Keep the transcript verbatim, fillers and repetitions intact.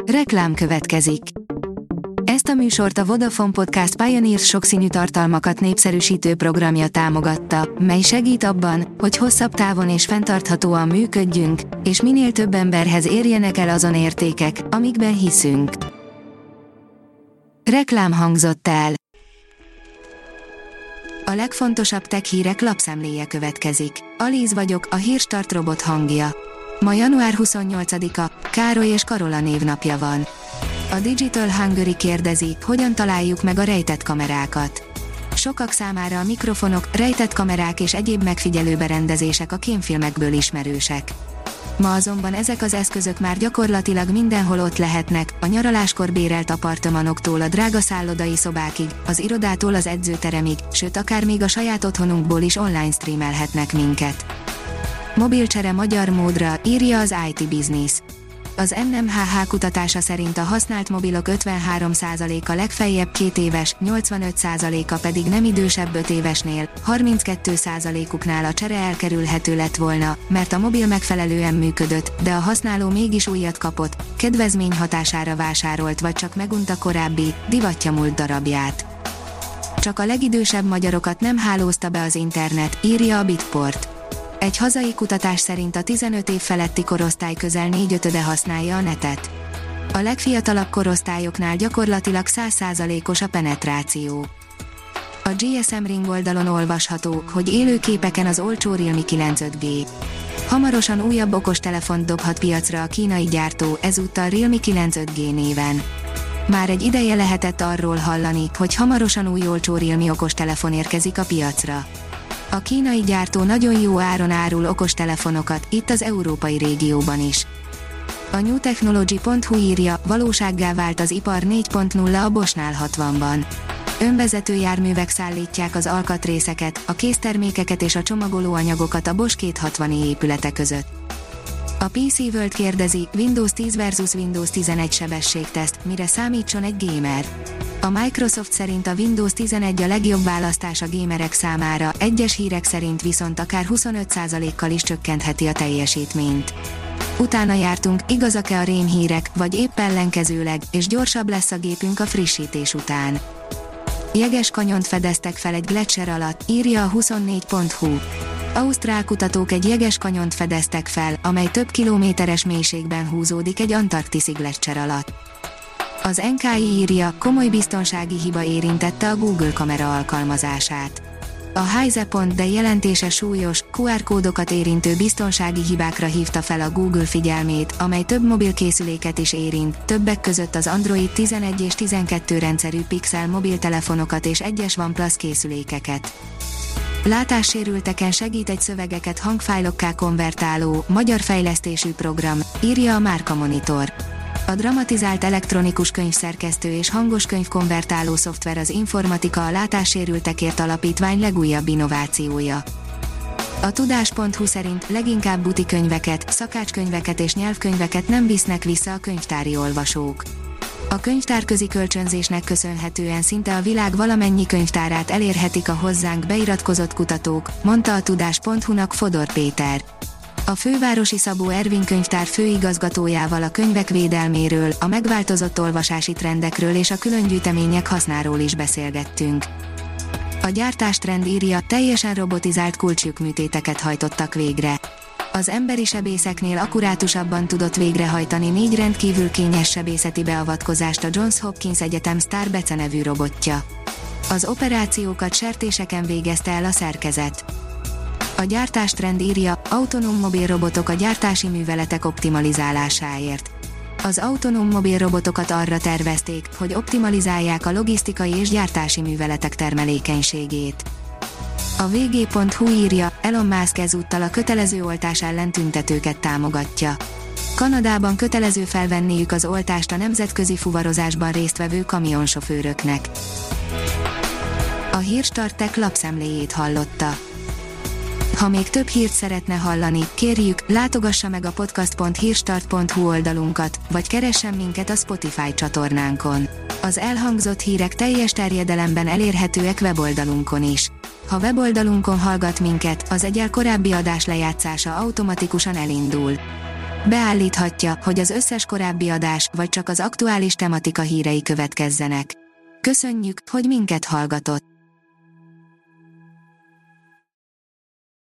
Reklám következik. Ezt a műsort a Vodafone Podcast Pioneers sokszínű tartalmakat népszerűsítő programja támogatta, mely segít abban, hogy hosszabb távon és fenntarthatóan működjünk, és minél több emberhez érjenek el azon értékek, amikben hiszünk. Reklám hangzott el. A legfontosabb tech hírek lapszemléje következik. Alíz vagyok, a Hírstart robot hangja. Ma január huszonnyolcadika, Károly és Karola névnapja van. A Digital Hungary kérdezi, hogyan találjuk meg a rejtett kamerákat. Sokak számára a mikrofonok, rejtett kamerák és egyéb megfigyelőberendezések a kémfilmekből ismerősek. Ma azonban ezek az eszközök már gyakorlatilag mindenhol ott lehetnek, a nyaraláskor bérelt apartmanoktól a drága szállodai szobákig, az irodától az edzőteremig, sőt akár még a saját otthonunkból is online streamelhetnek minket. Mobilcsere magyar módra, írja az i té Business. Az en em há há kutatása szerint a használt mobilok ötvenhárom százaléka legfeljebb két éves, nyolcvanöt százaléka pedig nem idősebb öt évesnél, harminckettő százalékuknál a csere elkerülhető lett volna, mert a mobil megfelelően működött, de a használó mégis újat kapott, kedvezmény hatására vásárolt vagy csak megunta korábbi, divatja múlt darabját. Csak a legidősebb magyarokat nem hálózta be az internet, írja a Bitport. Egy hazai kutatás szerint a tizenöt év feletti korosztály közel négyötöde használja a netet. A legfiatalabb korosztályoknál gyakorlatilag száz százalékos a penetráció. A gé es em Ring oldalon olvasható, hogy élő képeken az olcsó Realme kilenc öt gé. Hamarosan újabb okostelefont dobhat piacra a kínai gyártó, ezúttal Realme kilenc öt gé néven. Már egy ideje lehetett arról hallani, hogy hamarosan új olcsó Realme okostelefon érkezik a piacra. A kínai gyártó nagyon jó áron árul okostelefonokat, itt az európai régióban is. A new technology pont hu írja, valósággá vált az ipar négy pont nulla a Boschnál hatvanban. Önvezető járművek szállítják az alkatrészeket, a késztermékeket és a csomagolóanyagokat a Bosch kétszázhatvan épülete között. A pé cé World kérdezi, Windows tíz versus Windows tizenegy sebességteszt, mire számítson egy gamer. A Microsoft szerint a Windows tizenegy a legjobb választás a gamerek számára, egyes hírek szerint viszont akár huszonöt százalékkal is csökkentheti a teljesítményt. Utána jártunk, igazak-e a rémhírek, vagy épp ellenkezőleg, és gyorsabb lesz a gépünk a frissítés után. Jeges kanyont fedeztek fel egy gletszer alatt, írja a huszonnégy pont hu. Ausztrál kutatók egy jeges kanyont fedeztek fel, amely több kilométeres mélységben húzódik egy antarktiszi gletszer alatt. Az en ká i írja, komoly biztonsági hiba érintette a Google kamera alkalmazását. A Heise.de jelentése súlyos, kú ár kódokat érintő biztonsági hibákra hívta fel a Google figyelmét, amely több mobilkészüléket is érint, többek között az Android tizenegy és tizenkettő rendszerű Pixel mobiltelefonokat és egyes OnePlus készülékeket. Látássérülteken segít egy szövegeket hangfájlokká konvertáló, magyar fejlesztésű program, írja a Márka Monitor. A dramatizált elektronikus könyvszerkesztő és hangos könyvkonvertáló szoftver az Informatika a látássérültekért alapítvány legújabb innovációja. A tudás pont hu szerint leginkább butikönyveket, szakácskönyveket és nyelvkönyveket nem visznek vissza a könyvtári olvasók. A könyvtárközi kölcsönzésnek köszönhetően szinte a világ valamennyi könyvtárát elérhetik a hozzánk beiratkozott kutatók, mondta a tudás pont hu-nak Fodor Péter. A fővárosi Szabó Ervin könyvtár főigazgatójával a könyvek védelméről, a megváltozott olvasási trendekről és a különgyűjtemények hasznáról is beszélgettünk. A gyártástrend írja, teljesen robotizált kulcslyukműtéteket hajtottak végre. Az emberi sebészeknél akkurátusabban tudott végrehajtani négy rendkívül kényes sebészeti beavatkozást a Johns Hopkins Egyetem Star Bece nevű robotja. Az operációkat sertéseken végezte el a szerkezet. A gyártástrend írja, autonóm mobilrobotok a gyártási műveletek optimalizálásáért. Az autonóm mobilrobotokat arra tervezték, hogy optimalizálják a logisztikai és gyártási műveletek termelékenységét. A vé gé pont hu írja, Elon Musk ezúttal a kötelező oltás ellen tüntetőket támogatja. Kanadában kötelező felvenniük az oltást a nemzetközi fuvarozásban résztvevő kamionsofőröknek. A Hírstart Tech lapszemléjét hallotta. Ha még több hírt szeretne hallani, kérjük, látogassa meg a podcast pont hírstart pont hu oldalunkat, vagy keressen minket a Spotify csatornánkon. Az elhangzott hírek teljes terjedelemben elérhetőek weboldalunkon is. Ha weboldalunkon hallgat minket, az egyel korábbi adás lejátszása automatikusan elindul. Beállíthatja, hogy az összes korábbi adás, vagy csak az aktuális tematika hírei következzenek. Köszönjük, hogy minket hallgatott!